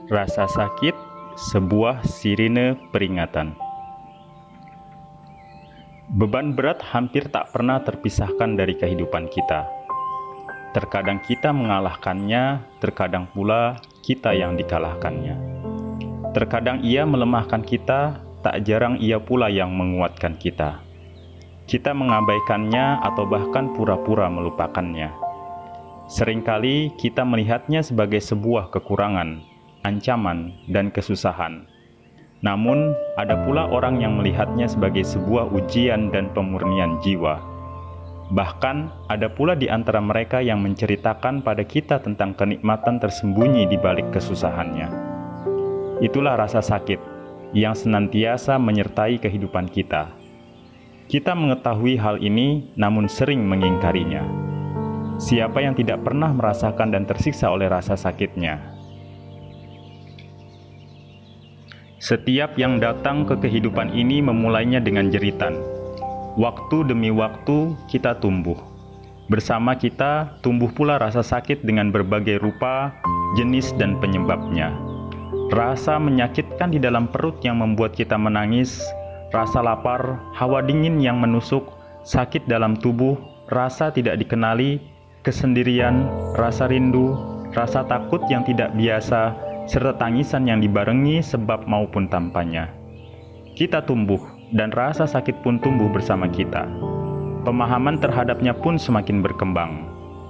Rasa sakit, sebuah sirine peringatan. Beban berat hampir tak pernah terpisahkan dari kehidupan kita. Terkadang kita mengalahkannya, terkadang pula kita yang dikalahkannya. Terkadang ia melemahkan kita, tak jarang ia pula yang menguatkan kita. Kita mengabaikannya atau bahkan pura-pura melupakannya. Seringkali kita melihatnya sebagai sebuah kekurangan, ancaman, dan kesusahan. Namun, ada pula orang yang melihatnya sebagai sebuah ujian dan pemurnian jiwa. Bahkan, ada pula di antara mereka yang menceritakan pada kita tentang kenikmatan tersembunyi di balik kesusahannya. Itulah rasa sakit yang senantiasa menyertai kehidupan kita. Kita mengetahui hal ini, namun sering mengingkarinya. Siapa yang tidak pernah merasakan dan tersiksa oleh rasa sakitnya? Setiap yang datang ke kehidupan ini memulainya dengan jeritan. Waktu demi waktu kita tumbuh. Bersama kita tumbuh pula rasa sakit dengan berbagai rupa, jenis, dan penyebabnya. Rasa menyakitkan di dalam perut yang membuat kita menangis, rasa lapar, hawa dingin yang menusuk, sakit dalam tubuh, rasa tidak dikenali, kesendirian, rasa rindu, rasa takut yang tidak biasa, serta tangisan yang dibarengi sebab maupun tanpanya. Kita tumbuh, dan rasa sakit pun tumbuh bersama kita. Pemahaman terhadapnya pun semakin berkembang.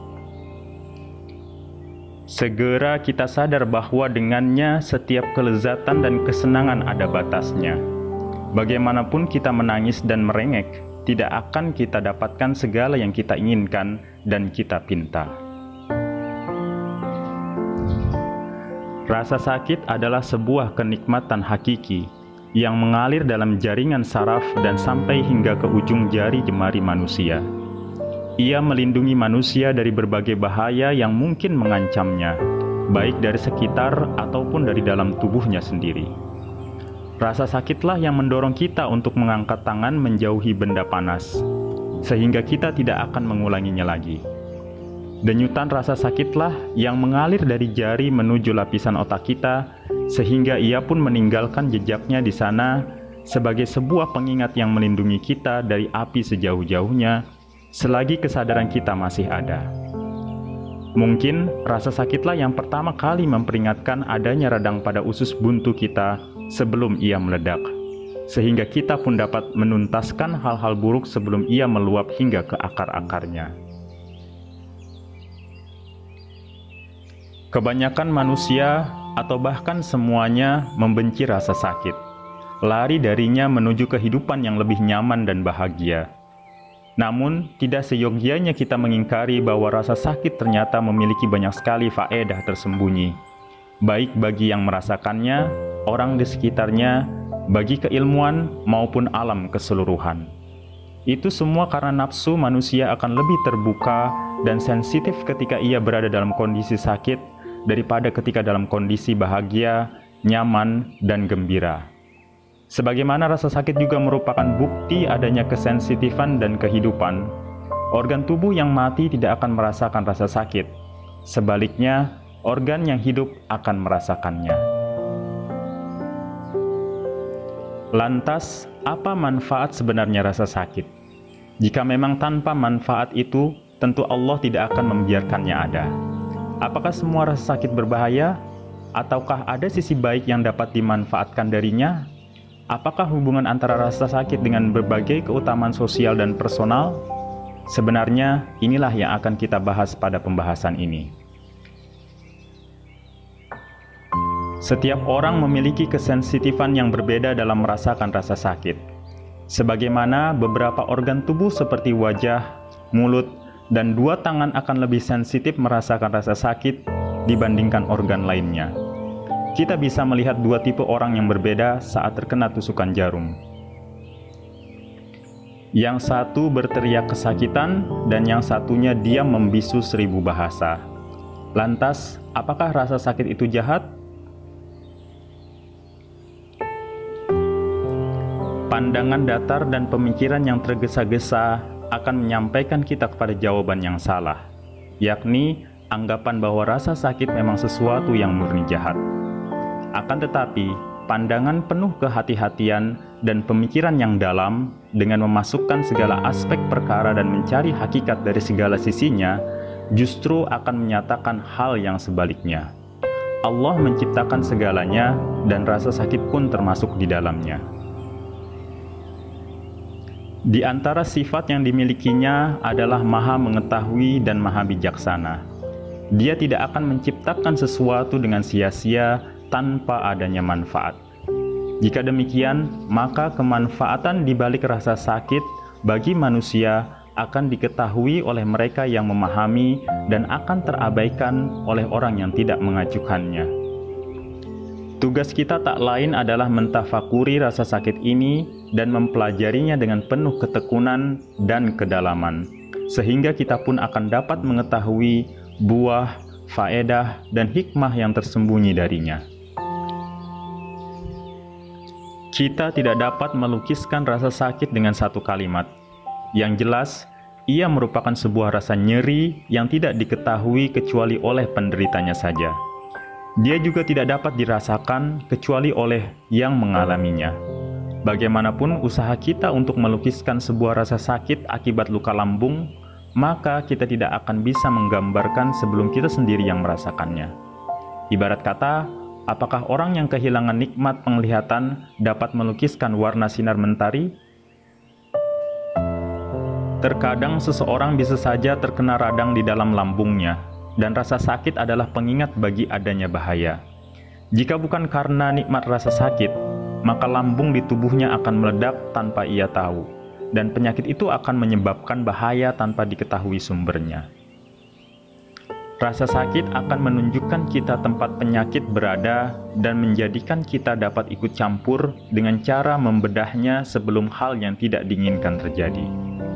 Segera kita sadar bahwa dengannya setiap kelezatan dan kesenangan ada batasnya. Bagaimanapun kita menangis dan merengek, tidak akan kita dapatkan segala yang kita inginkan dan kita pinta. Rasa sakit adalah sebuah kenikmatan hakiki yang mengalir dalam jaringan saraf dan sampai hingga ke ujung jari jemari manusia. Ia melindungi manusia dari berbagai bahaya yang mungkin mengancamnya, baik dari sekitar ataupun dari dalam tubuhnya sendiri. Rasa sakitlah yang mendorong kita untuk mengangkat tangan menjauhi benda panas, sehingga kita tidak akan mengulanginya lagi. Denyutan rasa sakitlah yang mengalir dari jari menuju lapisan otak kita, sehingga ia pun meninggalkan jejaknya di sana sebagai sebuah pengingat yang melindungi kita dari api sejauh-jauhnya, selagi kesadaran kita masih ada. Mungkin rasa sakitlah yang pertama kali memperingatkan adanya radang pada usus buntu kita sebelum ia meledak, sehingga kita pun dapat menuntaskan hal-hal buruk sebelum ia meluap hingga ke akar-akarnya. Kebanyakan manusia, atau bahkan semuanya, membenci rasa sakit, lari darinya menuju kehidupan yang lebih nyaman dan bahagia. Namun, tidak seyogyanya kita mengingkari bahwa rasa sakit ternyata memiliki banyak sekali faedah tersembunyi, baik bagi yang merasakannya, orang di sekitarnya, bagi keilmuan maupun alam keseluruhan. Itu semua karena nafsu manusia akan lebih terbuka dan sensitif ketika ia berada dalam kondisi sakit daripada ketika dalam kondisi bahagia, nyaman, dan gembira. Sebagaimana rasa sakit juga merupakan bukti adanya kesensitifan dan kehidupan, organ tubuh yang mati tidak akan merasakan rasa sakit. Sebaliknya, organ yang hidup akan merasakannya. Lantas, apa manfaat sebenarnya rasa sakit? Jika memang tanpa manfaat itu, tentu Allah tidak akan membiarkannya ada. Apakah semua rasa sakit berbahaya? Ataukah ada sisi baik yang dapat dimanfaatkan darinya? Apakah hubungan antara rasa sakit dengan berbagai keutamaan sosial dan personal? Sebenarnya, inilah yang akan kita bahas pada pembahasan ini. Setiap orang memiliki kesensitifan yang berbeda dalam merasakan rasa sakit. Sebagaimana beberapa organ tubuh seperti wajah, mulut, dan dua tangan akan lebih sensitif merasakan rasa sakit dibandingkan organ lainnya. Kita bisa melihat dua tipe orang yang berbeda saat terkena tusukan jarum. Yang satu berteriak kesakitan dan yang satunya diam membisu 1000 bahasa. Lantas, apakah rasa sakit itu jahat? Pandangan datar dan pemikiran yang tergesa-gesa akan menyampaikan kita kepada jawaban yang salah, yakni anggapan bahwa rasa sakit memang sesuatu yang murni jahat. Akan tetapi, pandangan penuh kehati-hatian dan pemikiran yang dalam dengan memasukkan segala aspek perkara dan mencari hakikat dari segala sisinya, justru akan menyatakan hal yang sebaliknya. Allah menciptakan segalanya dan rasa sakit pun termasuk di dalamnya. Di antara sifat yang dimilikinya adalah Maha Mengetahui dan Maha Bijaksana. Dia tidak akan menciptakan sesuatu dengan sia-sia tanpa adanya manfaat. Jika demikian, maka kemanfaatan di balik rasa sakit bagi manusia akan diketahui oleh mereka yang memahami dan akan terabaikan oleh orang yang tidak mengajukannya. Tugas kita tak lain adalah mentafakuri rasa sakit ini dan mempelajarinya dengan penuh ketekunan dan kedalaman, sehingga kita pun akan dapat mengetahui buah, faedah, dan hikmah yang tersembunyi darinya. Kita tidak dapat melukiskan rasa sakit dengan satu kalimat. Yang jelas, ia merupakan sebuah rasa nyeri yang tidak diketahui kecuali oleh penderitanya saja. Dia juga tidak dapat dirasakan kecuali oleh yang mengalaminya. Bagaimanapun usaha kita untuk melukiskan sebuah rasa sakit akibat luka lambung, maka kita tidak akan bisa menggambarkan sebelum kita sendiri yang merasakannya. Ibarat kata, apakah orang yang kehilangan nikmat penglihatan dapat melukiskan warna sinar mentari? Terkadang seseorang bisa saja terkena radang di dalam lambungnya, dan rasa sakit adalah pengingat bagi adanya bahaya. Jika bukan karena nikmat rasa sakit, maka lambung di tubuhnya akan meledak tanpa ia tahu, dan penyakit itu akan menyebabkan bahaya tanpa diketahui sumbernya. Rasa sakit akan menunjukkan kita tempat penyakit berada dan menjadikan kita dapat ikut campur dengan cara membedahnya sebelum hal yang tidak diinginkan terjadi.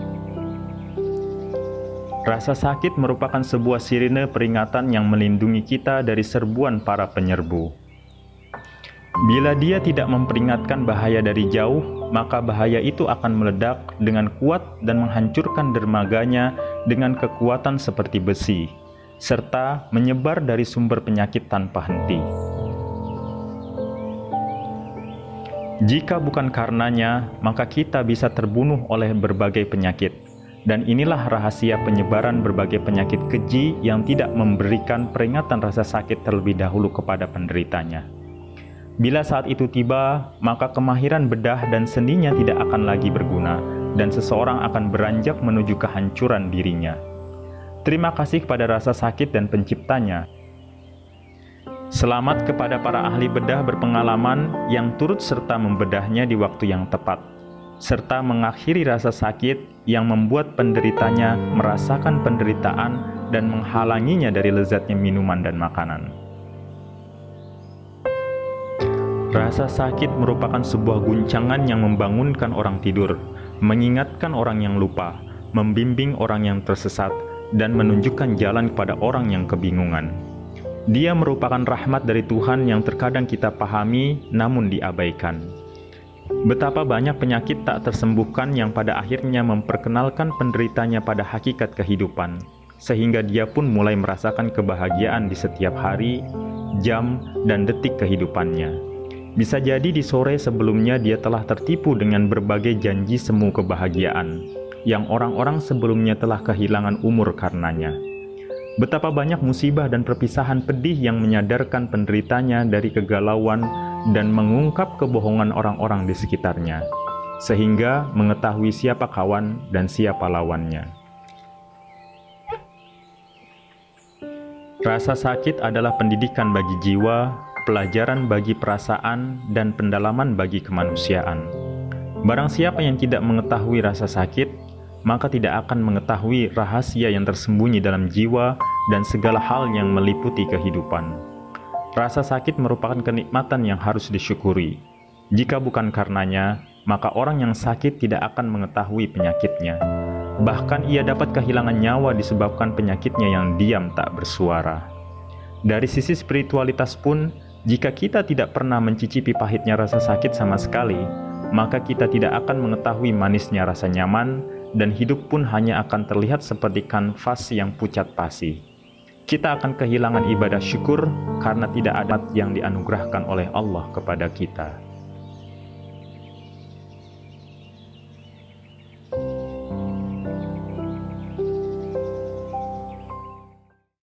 Rasa sakit merupakan sebuah sirine peringatan yang melindungi kita dari serbuan para penyerbu. Bila dia tidak memperingatkan bahaya dari jauh, maka bahaya itu akan meledak dengan kuat dan menghancurkan dermaganya dengan kekuatan seperti besi, serta menyebar dari sumber penyakit tanpa henti. Jika bukan karenanya, maka kita bisa terbunuh oleh berbagai penyakit. Dan inilah rahasia penyebaran berbagai penyakit keji yang tidak memberikan peringatan rasa sakit terlebih dahulu kepada penderitanya. Bila saat itu tiba, maka kemahiran bedah dan seninya tidak akan lagi berguna, dan seseorang akan beranjak menuju kehancuran dirinya. Terima kasih kepada rasa sakit dan penciptanya. Selamat kepada para ahli bedah berpengalaman yang turut serta membedahnya di waktu yang tepat, serta mengakhiri rasa sakit yang membuat penderitanya merasakan penderitaan dan menghalanginya dari lezatnya minuman dan makanan. Rasa sakit merupakan sebuah guncangan yang membangunkan orang tidur, mengingatkan orang yang lupa, membimbing orang yang tersesat, dan menunjukkan jalan kepada orang yang kebingungan. Dia merupakan rahmat dari Tuhan yang terkadang kita pahami namun diabaikan. Betapa banyak penyakit tak tersembuhkan yang pada akhirnya memperkenalkan penderitanya pada hakikat kehidupan, sehingga dia pun mulai merasakan kebahagiaan di setiap hari, jam, dan detik kehidupannya. Bisa jadi di sore sebelumnya dia telah tertipu dengan berbagai janji semu kebahagiaan, yang orang-orang sebelumnya telah kehilangan umur karenanya. Betapa banyak musibah dan perpisahan pedih yang menyadarkan penderitanya dari kegalauan dan mengungkap kebohongan orang-orang di sekitarnya, sehingga mengetahui siapa kawan dan siapa lawannya. Rasa sakit adalah pendidikan bagi jiwa, pelajaran bagi perasaan, dan pendalaman bagi kemanusiaan. Barang siapa yang tidak mengetahui rasa sakit, maka tidak akan mengetahui rahasia yang tersembunyi dalam jiwa dan segala hal yang meliputi kehidupan. Rasa sakit merupakan kenikmatan yang harus disyukuri. Jika bukan karenanya, maka orang yang sakit tidak akan mengetahui penyakitnya. Bahkan ia dapat kehilangan nyawa disebabkan penyakitnya yang diam tak bersuara. Dari sisi spiritualitas pun, jika kita tidak pernah mencicipi pahitnya rasa sakit sama sekali, maka kita tidak akan mengetahui manisnya rasa nyaman, dan hidup pun hanya akan terlihat seperti kanvas yang pucat pasi. kita akan kehilangan ibadah syukur karena tidak ada yang dianugerahkan oleh Allah kepada kita.